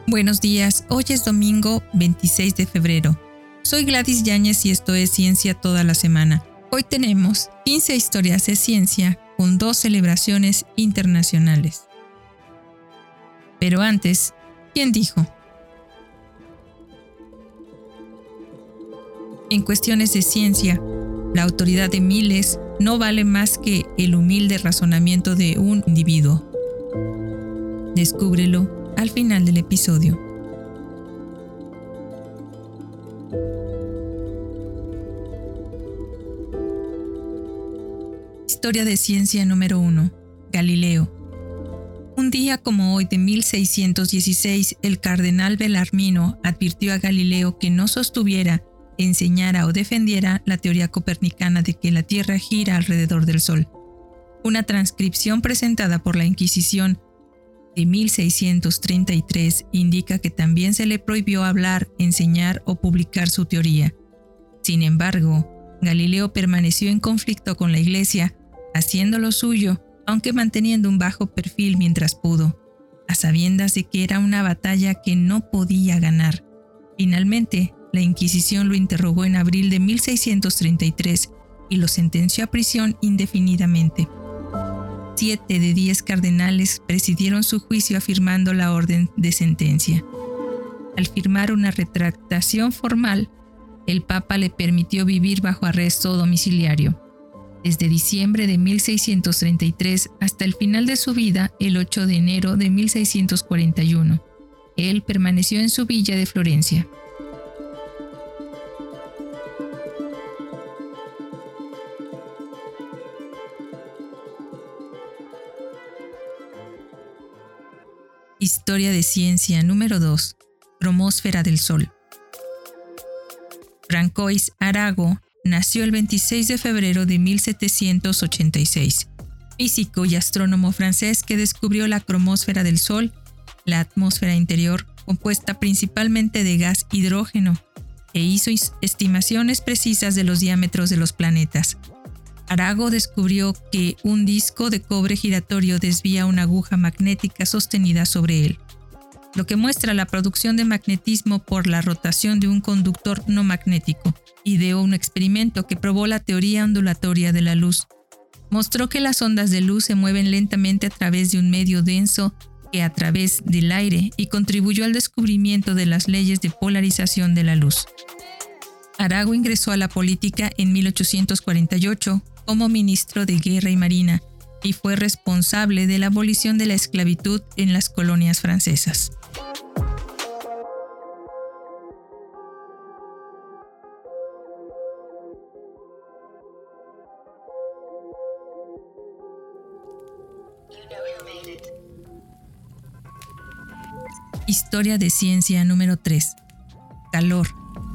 Buenos días, hoy es domingo 26 de febrero. Soy Gladys Yáñez y esto es Ciencia Toda la Semana. Hoy tenemos 15 historias de ciencia con 2 celebraciones internacionales. Pero antes, ¿quién dijo? En cuestiones de ciencia, la autoridad de miles no vale más que el humilde razonamiento de un individuo. Descúbrelo al final del episodio. Historia de ciencia número 1. Galileo. Un día como hoy de 1616, el cardenal Bellarmino advirtió a Galileo que no sostuviera, enseñara o defendiera la teoría copernicana de que la Tierra gira alrededor del Sol. Una transcripción presentada por la Inquisición de 1633 indica que también se le prohibió hablar, enseñar o publicar su teoría. Sin embargo, Galileo permaneció en conflicto con la Iglesia, haciendo lo suyo, aunque manteniendo un bajo perfil mientras pudo, a sabiendas de que era una batalla que no podía ganar. Finalmente, la Inquisición lo interrogó en abril de 1633 y lo sentenció a prisión indefinidamente. 7 de 10 cardenales presidieron su juicio afirmando la orden de sentencia. Al firmar una retractación formal, el Papa le permitió vivir bajo arresto domiciliario. Desde diciembre de 1633 hasta el final de su vida, el 8 de enero de 1641, él permaneció en su villa de Florencia. Historia de ciencia número 2. Cromosfera del Sol. Francois Arago nació el 26 de febrero de 1786, físico y astrónomo francés que descubrió la cromosfera del Sol, la atmósfera interior compuesta principalmente de gas hidrógeno, e hizo estimaciones precisas de los diámetros de los planetas. Arago descubrió que un disco de cobre giratorio desvía una aguja magnética sostenida sobre él, lo que muestra la producción de magnetismo por la rotación de un conductor no magnético. Ideó un experimento que probó la teoría ondulatoria de la luz. Mostró que las ondas de luz se mueven lentamente a través de un medio denso que a través del aire y contribuyó al descubrimiento de las leyes de polarización de la luz. Arago ingresó a la política en 1848 como ministro de Guerra y Marina y fue responsable de la abolición de la esclavitud en las colonias francesas. Historia de ciencia número 3. Calor.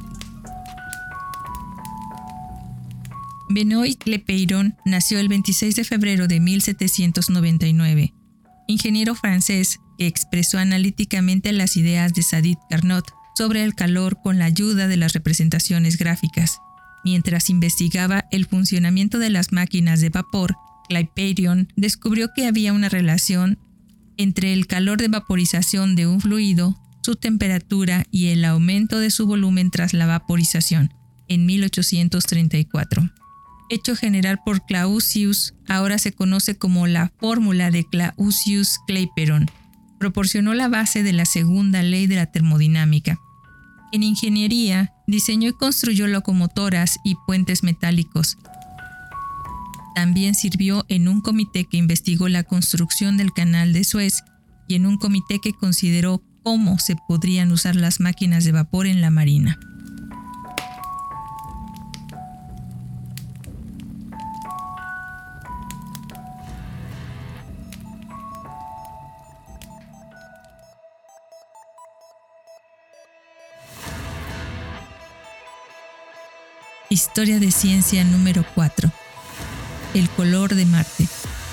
Benoît Le Peyron nació el 26 de febrero de 1799, ingeniero francés que expresó analíticamente las ideas de Sadi Carnot sobre el calor con la ayuda de las representaciones gráficas. Mientras investigaba el funcionamiento de las máquinas de vapor, Le Peyron descubrió que había una relación entre el calor de vaporización de un fluido, su temperatura y el aumento de su volumen tras la vaporización, en 1834. Hecho general por Clausius, ahora se conoce como la fórmula de Clausius-Clapeyron. Proporcionó la base de la segunda ley de la termodinámica. En ingeniería, diseñó y construyó locomotoras y puentes metálicos. También sirvió en un comité que investigó la construcción del canal de Suez y en un comité que consideró cómo se podrían usar las máquinas de vapor en la marina. Historia de ciencia número 4. El color de Marte.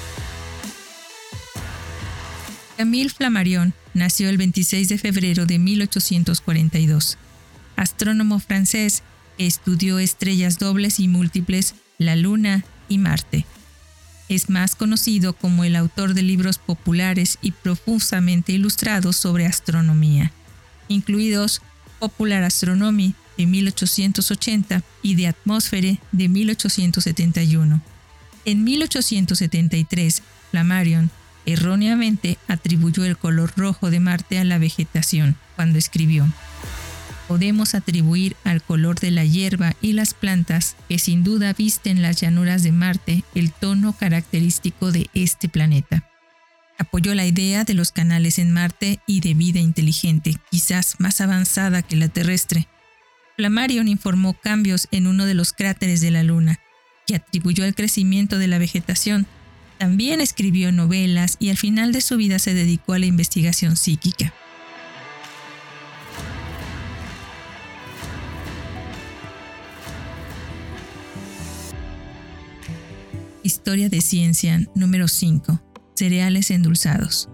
Camille Flammarion nació el 26 de febrero de 1842. Astrónomo francés que estudió estrellas dobles y múltiples, la Luna y Marte. Es más conocido como el autor de libros populares y profusamente ilustrados sobre astronomía. incluidos Popular Astronomy de 1880 y The Atmosphere de 1871. En 1873, Flammarion erróneamente atribuyó el color rojo de Marte a la vegetación cuando escribió: podemos atribuir al color de la hierba y las plantas, que sin duda visten las llanuras de Marte, el tono característico de este planeta. Apoyó la idea de los canales en Marte y de vida inteligente, quizás más avanzada que la terrestre. Flammarion informó cambios en uno de los cráteres de la Luna, que atribuyó al crecimiento de la vegetación. También escribió novelas y al final de su vida se dedicó a la investigación psíquica. Historia de ciencia número 5. Cereales endulzados.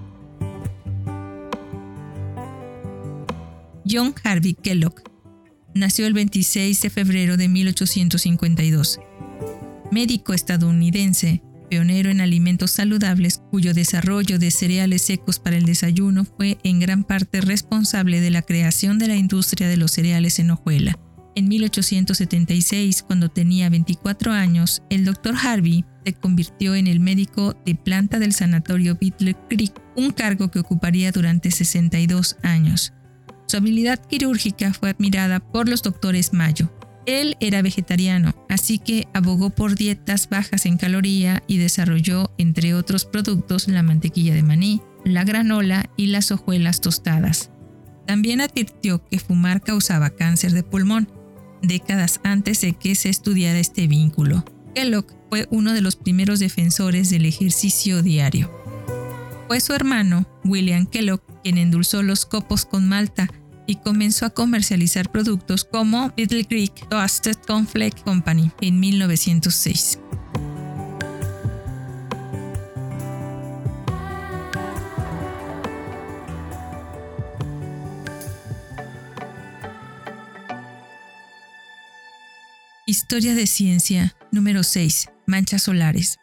John Harvey Kellogg nació el 26 de febrero de 1852. Médico estadounidense, pionero en alimentos saludables, cuyo desarrollo de cereales secos para el desayuno fue en gran parte responsable de la creación de la industria de los cereales en hojuela. En 1876, cuando tenía 24 años, el Dr. Harvey se convirtió en el médico de planta del sanatorio Battle Creek, un cargo que ocuparía durante 62 años. Su habilidad quirúrgica fue admirada por los doctores Mayo. Él era vegetariano, así que abogó por dietas bajas en caloría y desarrolló, entre otros productos, la mantequilla de maní, la granola y las hojuelas tostadas. También advirtió que fumar causaba cáncer de pulmón, décadas antes de que se estudiara este vínculo. Kellogg fue uno de los primeros defensores del ejercicio diario. Fue su hermano, William Kellogg, quien endulzó los copos con malta y comenzó a comercializar productos como Battle Creek Toasted Cornflake Company en 1906. Historia de ciencia número 6. Manchas solares.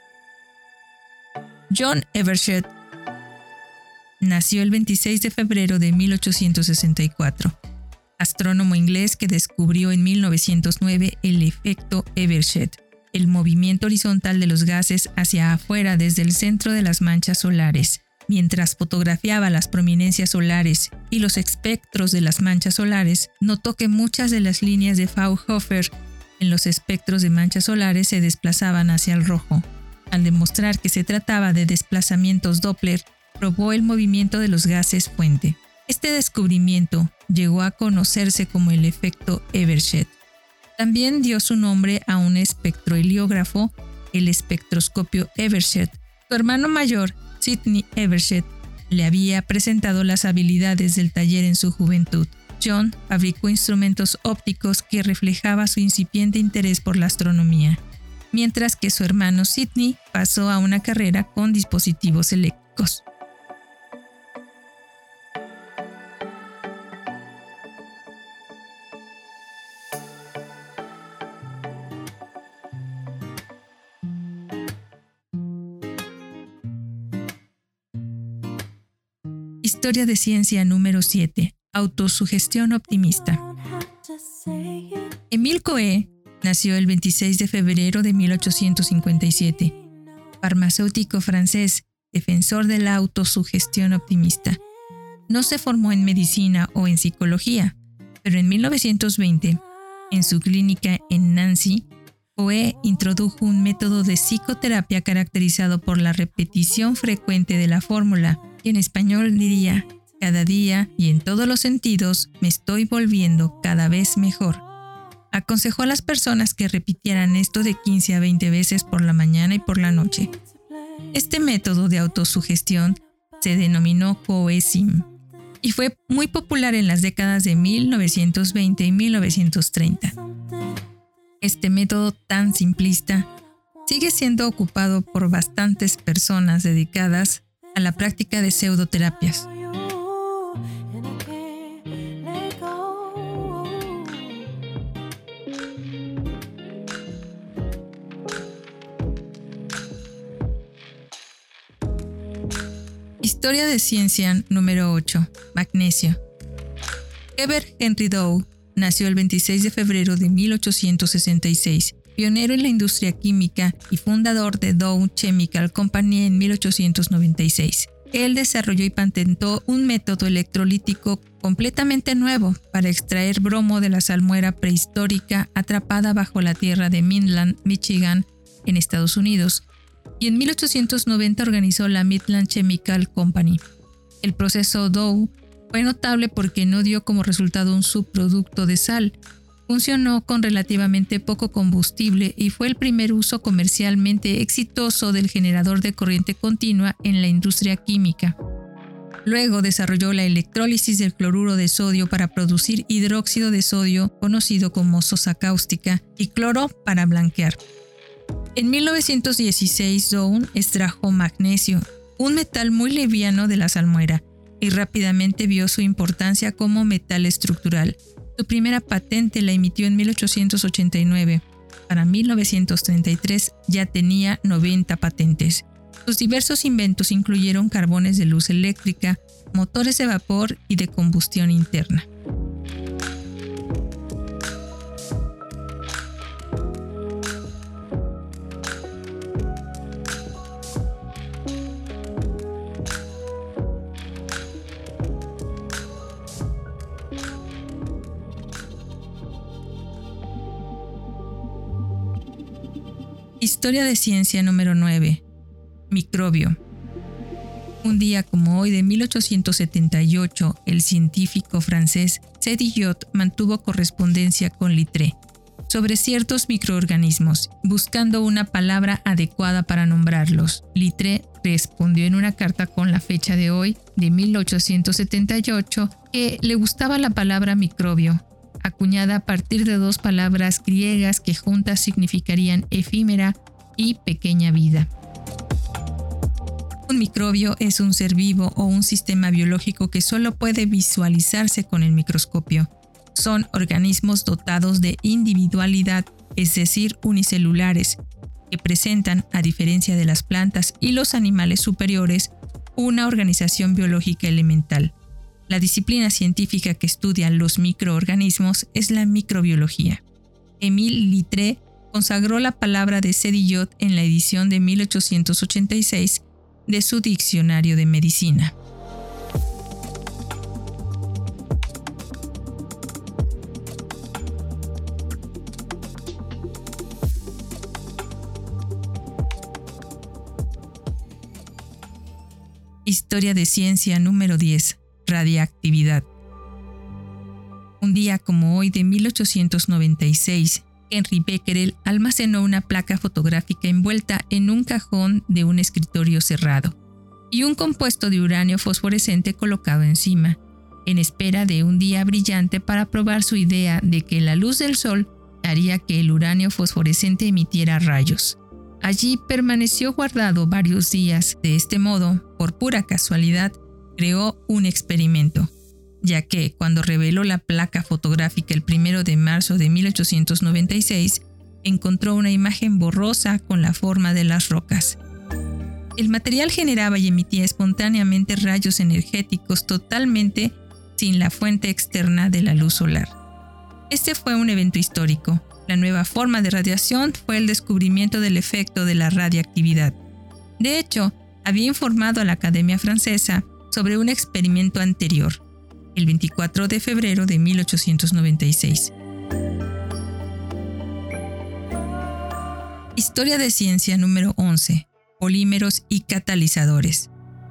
John Evershed nació el 26 de febrero de 1864, astrónomo inglés que descubrió en 1909 el efecto Evershed, el movimiento horizontal de los gases hacia afuera desde el centro de las manchas solares. Mientras fotografiaba las prominencias solares y los espectros de las manchas solares, notó que muchas de las líneas de Fraunhofer en los espectros de manchas solares se desplazaban hacia el rojo. Al demostrar que se trataba de desplazamientos Doppler, probó el movimiento de los gases fuente. Este descubrimiento llegó a conocerse como el efecto Evershed. También dio su nombre a un espectroheliógrafo, el espectroscopio Evershed. Su hermano mayor, Sidney Evershed, le había presentado las habilidades del taller en su juventud. John fabricó instrumentos ópticos que reflejaban su incipiente interés por la astronomía, mientras que su hermano Sidney pasó a una carrera con dispositivos eléctricos. Historia de ciencia número 7. Autosugestión optimista. Émile Coué nació el 26 de febrero de 1857, farmacéutico francés, defensor de la autosugestión optimista. No se formó en medicina o en psicología, pero en 1920, en su clínica en Nancy, Coué introdujo un método de psicoterapia caracterizado por la repetición frecuente de la fórmula, que en español diría: cada día y en todos los sentidos me estoy volviendo cada vez mejor. Aconsejó a las personas que repitieran esto de 15 a 20 veces por la mañana y por la noche. Este método de autosugestión se denominó Coué-Sim y fue muy popular en las décadas de 1920 y 1930. Este método tan simplista sigue siendo ocupado por bastantes personas dedicadas a la práctica de pseudoterapias. Historia de ciencia número 8. Magnesio. Herbert Henry Dow nació el 26 de febrero de 1866, pionero en la industria química y fundador de Dow Chemical Company en 1896. Él desarrolló y patentó un método electrolítico completamente nuevo para extraer bromo de la salmuera prehistórica atrapada bajo la tierra de Midland, Michigan, en Estados Unidos, y en 1890 organizó la Midland Chemical Company. El proceso Dow fue notable porque no dio como resultado un subproducto de sal. Funcionó con relativamente poco combustible y fue el primer uso comercialmente exitoso del generador de corriente continua en la industria química. Luego desarrolló la electrólisis del cloruro de sodio para producir hidróxido de sodio, conocido como sosa cáustica, y cloro para blanquear. En 1916, Dow extrajo magnesio, un metal muy liviano de la salmuera, y rápidamente vio su importancia como metal estructural. Su primera patente la emitió en 1889. Para 1933 ya tenía 90 patentes. Sus diversos inventos incluyeron carbones de luz eléctrica, motores de vapor y de combustión interna. Historia de ciencia número 9. Microbio. Un día como hoy de 1878, el científico francés Sedillot mantuvo correspondencia con Littré sobre ciertos microorganismos, buscando una palabra adecuada para nombrarlos. Littré respondió en una carta con la fecha de hoy, de 1878, que le gustaba la palabra microbio, acuñada a partir de dos palabras griegas que juntas significarían efímera y pequeña vida. Un microbio es un ser vivo o un sistema biológico que solo puede visualizarse con el microscopio. Son organismos dotados de individualidad, es decir, unicelulares, que presentan, a diferencia de las plantas y los animales superiores, una organización biológica elemental. La disciplina científica que estudia los microorganismos es la microbiología. Émile Littré consagró la palabra de Sedillot en la edición de 1886 de su Diccionario de Medicina. Historia de ciencia número 10. Radiactividad. Un día como hoy de 1896, Henry Becquerel almacenó una placa fotográfica envuelta en un cajón de un escritorio cerrado y un compuesto de uranio fosforescente colocado encima, en espera de un día brillante para probar su idea de que la luz del sol haría que el uranio fosforescente emitiera rayos. Allí permaneció guardado varios días. De este modo, por pura casualidad, creó un experimento, ya que cuando reveló la placa fotográfica el 1 de marzo de 1896, encontró una imagen borrosa con la forma de las rocas. El material generaba y emitía espontáneamente rayos energéticos totalmente sin la fuente externa de la luz solar. Este fue un evento histórico. La nueva forma de radiación fue el descubrimiento del efecto de la radiactividad. De hecho, había informado a la Academia Francesa sobre un experimento anterior, el 24 de febrero de 1896. Historia de ciencia número 11. Polímeros y catalizadores.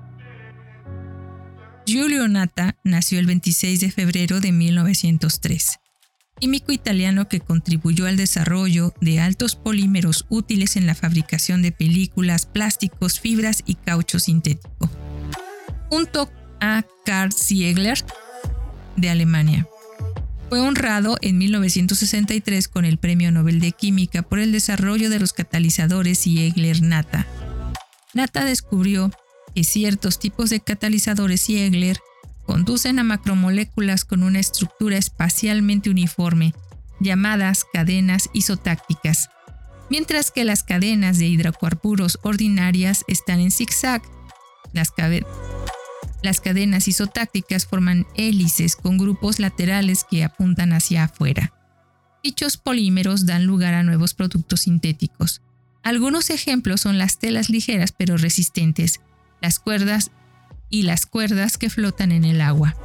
Giulio Natta nació el 26 de febrero de 1903. Químico italiano que contribuyó al desarrollo de altos polímeros útiles en la fabricación de películas, plásticos, fibras y caucho sintético. Junto a Carl Ziegler, de Alemania. Fue honrado en 1963 con el Premio Nobel de Química por el desarrollo de los catalizadores Ziegler-Natta. Natta descubrió que ciertos tipos de catalizadores Ziegler conducen a macromoléculas con una estructura espacialmente uniforme, llamadas cadenas isotácticas, mientras que las cadenas de hidrocarburos ordinarias están en zigzag. Las cadenas isotácticas forman hélices con grupos laterales que apuntan hacia afuera. Dichos polímeros dan lugar a nuevos productos sintéticos. Algunos ejemplos son las telas ligeras pero resistentes, las cuerdas y las cuerdas que flotan en el agua.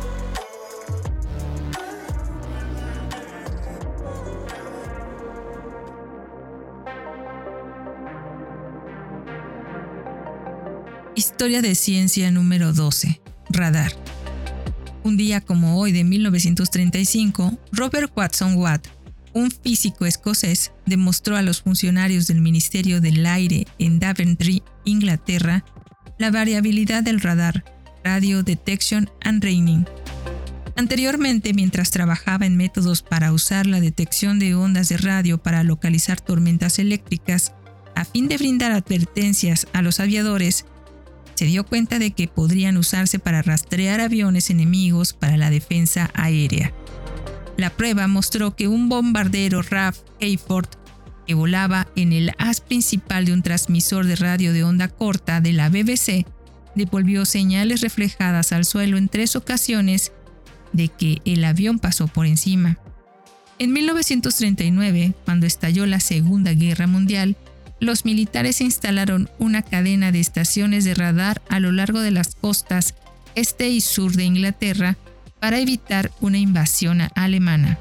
Historia de ciencia número 12. Radar. Un día como hoy de 1935, Robert Watson Watt, un físico escocés, demostró a los funcionarios del Ministerio del Aire en Daventry, Inglaterra, la variabilidad del radar, Radio Detection and Reading. Anteriormente, mientras trabajaba en métodos para usar la detección de ondas de radio para localizar tormentas eléctricas, a fin de brindar advertencias a los aviadores, se dio cuenta de que podrían usarse para rastrear aviones enemigos para la defensa aérea. La prueba mostró que un bombardero RAF Hayford, que volaba en el haz principal de un transmisor de radio de onda corta de la BBC, devolvió señales reflejadas al suelo en 3 ocasiones de que el avión pasó por encima. En 1939, cuando estalló la Segunda Guerra Mundial, los militares instalaron una cadena de estaciones de radar a lo largo de las costas este y sur de Inglaterra para evitar una invasión alemana.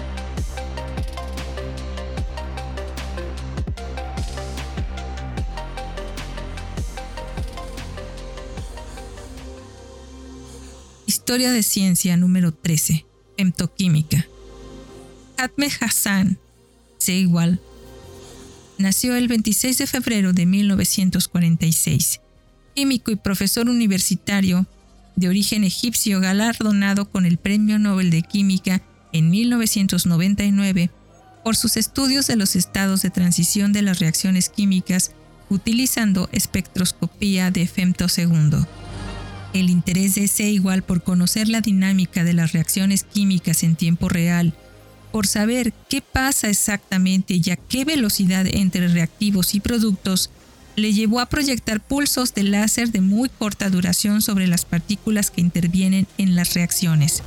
Historia de ciencia número 13. Femtoquímica. Ahmed Hassan Seiwal nació el 26 de febrero de 1946, químico y profesor universitario de origen egipcio galardonado con el Premio Nobel de Química en 1999 por sus estudios de los estados de transición de las reacciones químicas utilizando espectroscopía de femtosegundo. El interés de Seiwal por conocer la dinámica de las reacciones químicas en tiempo real, por saber qué pasa exactamente y a qué velocidad entre reactivos y productos, le llevó a proyectar pulsos de láser de muy corta duración sobre las partículas que intervienen en las reacciones.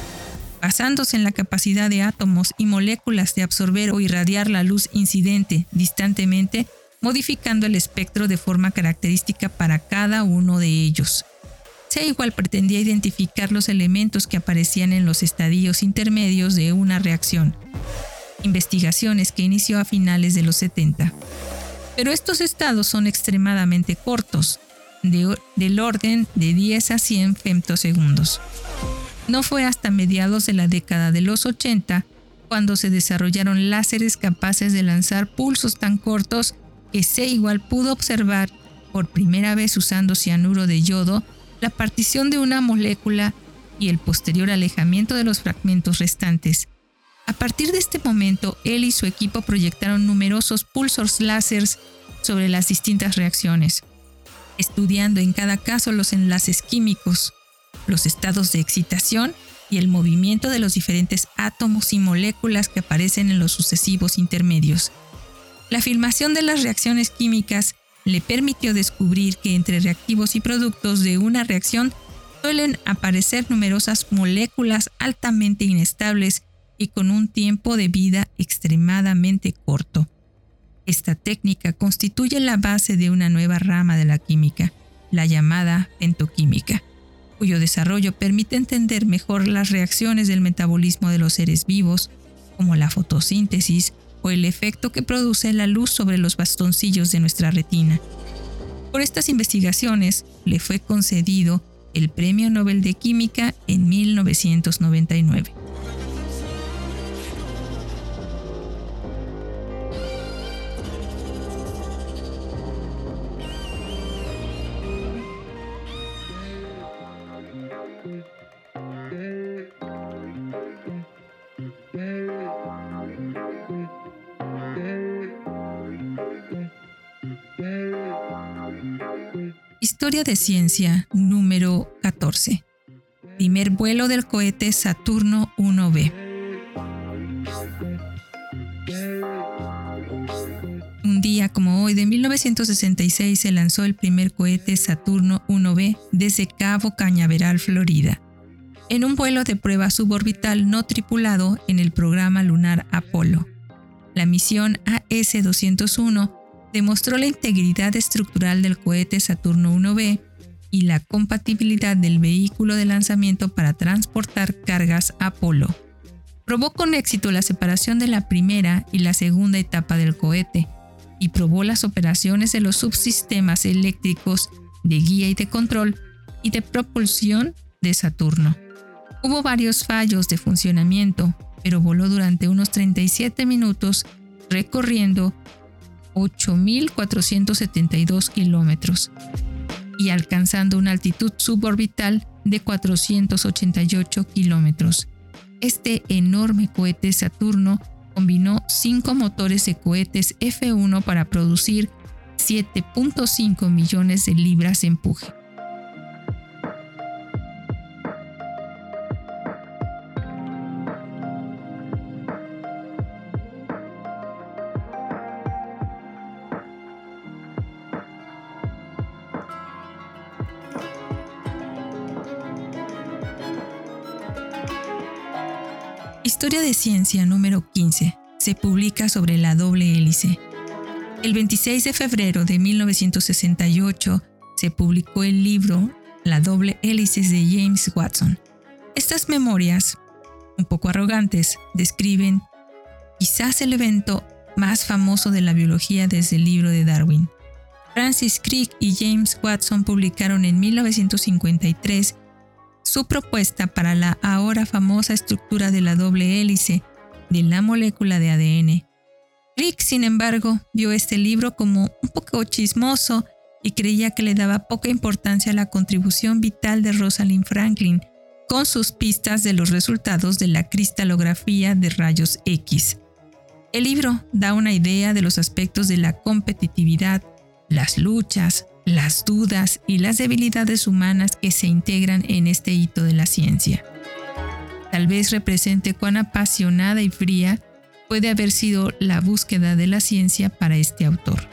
Basándose en la capacidad de átomos y moléculas de absorber o irradiar la luz incidente distantemente, modificando el espectro de forma característica para cada uno de ellos. Seiwal pretendía identificar los elementos que aparecían en los estadios intermedios de una reacción, investigaciones que inició a finales de los 70. Pero estos estados son extremadamente cortos, del orden de 10 a 100 femtosegundos. No fue hasta mediados de la década de los 80 cuando se desarrollaron láseres capaces de lanzar pulsos tan cortos que Seiwal pudo observar por primera vez usando cianuro de yodo la partición de una molécula y el posterior alejamiento de los fragmentos restantes. A partir de este momento, él y su equipo proyectaron numerosos pulsos láseres sobre las distintas reacciones, estudiando en cada caso los enlaces químicos, los estados de excitación y el movimiento de los diferentes átomos y moléculas que aparecen en los sucesivos intermedios. La filmación de las reacciones químicas le permitió descubrir que entre reactivos y productos de una reacción suelen aparecer numerosas moléculas altamente inestables y con un tiempo de vida extremadamente corto. Esta técnica constituye la base de una nueva rama de la química, la llamada femtoquímica, cuyo desarrollo permite entender mejor las reacciones del metabolismo de los seres vivos, como la fotosíntesis o el efecto que produce la luz sobre los bastoncillos de nuestra retina. Por estas investigaciones le fue concedido el Premio Nobel de Química en 1999. Historia de ciencia número 14. Primer vuelo del cohete Saturno 1B. Un día como como hoy de 1966 se lanzó el primer cohete Saturno 1B desde Cabo Cañaveral, Florida, en un vuelo de prueba suborbital no tripulado en el programa lunar Apolo. La misión AS-201 demostró la integridad estructural del cohete Saturno 1B y la compatibilidad del vehículo de lanzamiento para transportar cargas Apolo. Probó con éxito la separación de la primera y la segunda etapa del cohete y probó las operaciones de los subsistemas eléctricos de guía y de control y de propulsión de Saturno. Hubo varios fallos de funcionamiento, pero voló durante unos 37 minutos recorriendo 8.472 kilómetros y alcanzando una altitud suborbital de 488 kilómetros. Este enorme cohete Saturno combinó 5 motores de cohetes F-1 para producir 7.5 millones de libras de empuje. Historia de ciencia número 15 se publica sobre la doble hélice. El 26 de febrero de 1968 se publicó el libro La doble hélice de James Watson. Estas memorias, un poco arrogantes, describen quizás el evento más famoso de la biología desde el libro de Darwin. Francis Crick y James Watson publicaron en 1953 su propuesta para la ahora famosa estructura de la doble hélice de la molécula de ADN. Crick, sin embargo, vio este libro como un poco chismoso y creía que le daba poca importancia a la contribución vital de Rosalind Franklin con sus pistas de los resultados de la cristalografía de rayos X. El libro da una idea de los aspectos de la competitividad, las luchas, las dudas y las debilidades humanas que se integran en este hito de la ciencia. Tal vez represente cuán apasionada y fría puede haber sido la búsqueda de la ciencia para este autor.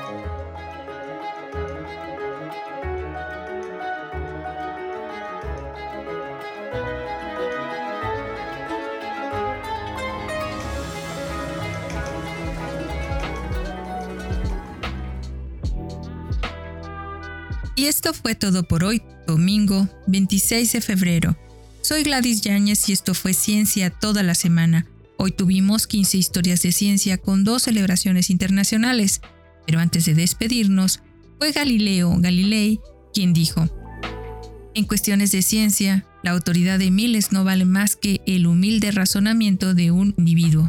Y esto fue todo por hoy, domingo 26 de febrero. Soy Gladys Yáñez y esto fue Ciencia toda la semana. Hoy tuvimos 15 historias de ciencia con 2 celebraciones internacionales. Pero antes de despedirnos, fue Galileo Galilei quien dijo: en cuestiones de ciencia, la autoridad de miles no vale más que el humilde razonamiento de un individuo.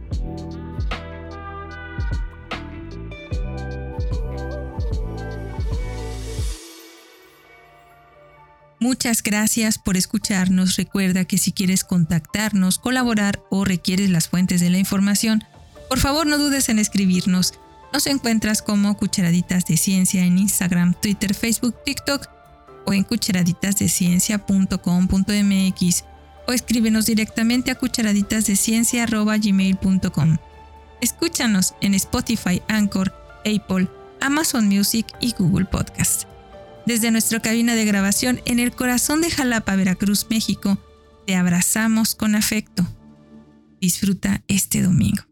Muchas gracias por escucharnos. Recuerda que si quieres contactarnos, colaborar o requieres las fuentes de la información, por favor no dudes en escribirnos. Nos encuentras como Cucharaditas de Ciencia en Instagram, Twitter, Facebook, TikTok o en cucharaditasdeciencia.com.mx o escríbenos directamente a cucharaditasdeciencia@gmail.com. Escúchanos en Spotify, Anchor, Apple, Amazon Music y Google Podcast. Desde nuestra cabina de grabación en el corazón de Jalapa, Veracruz, México, te abrazamos con afecto. Disfruta este domingo.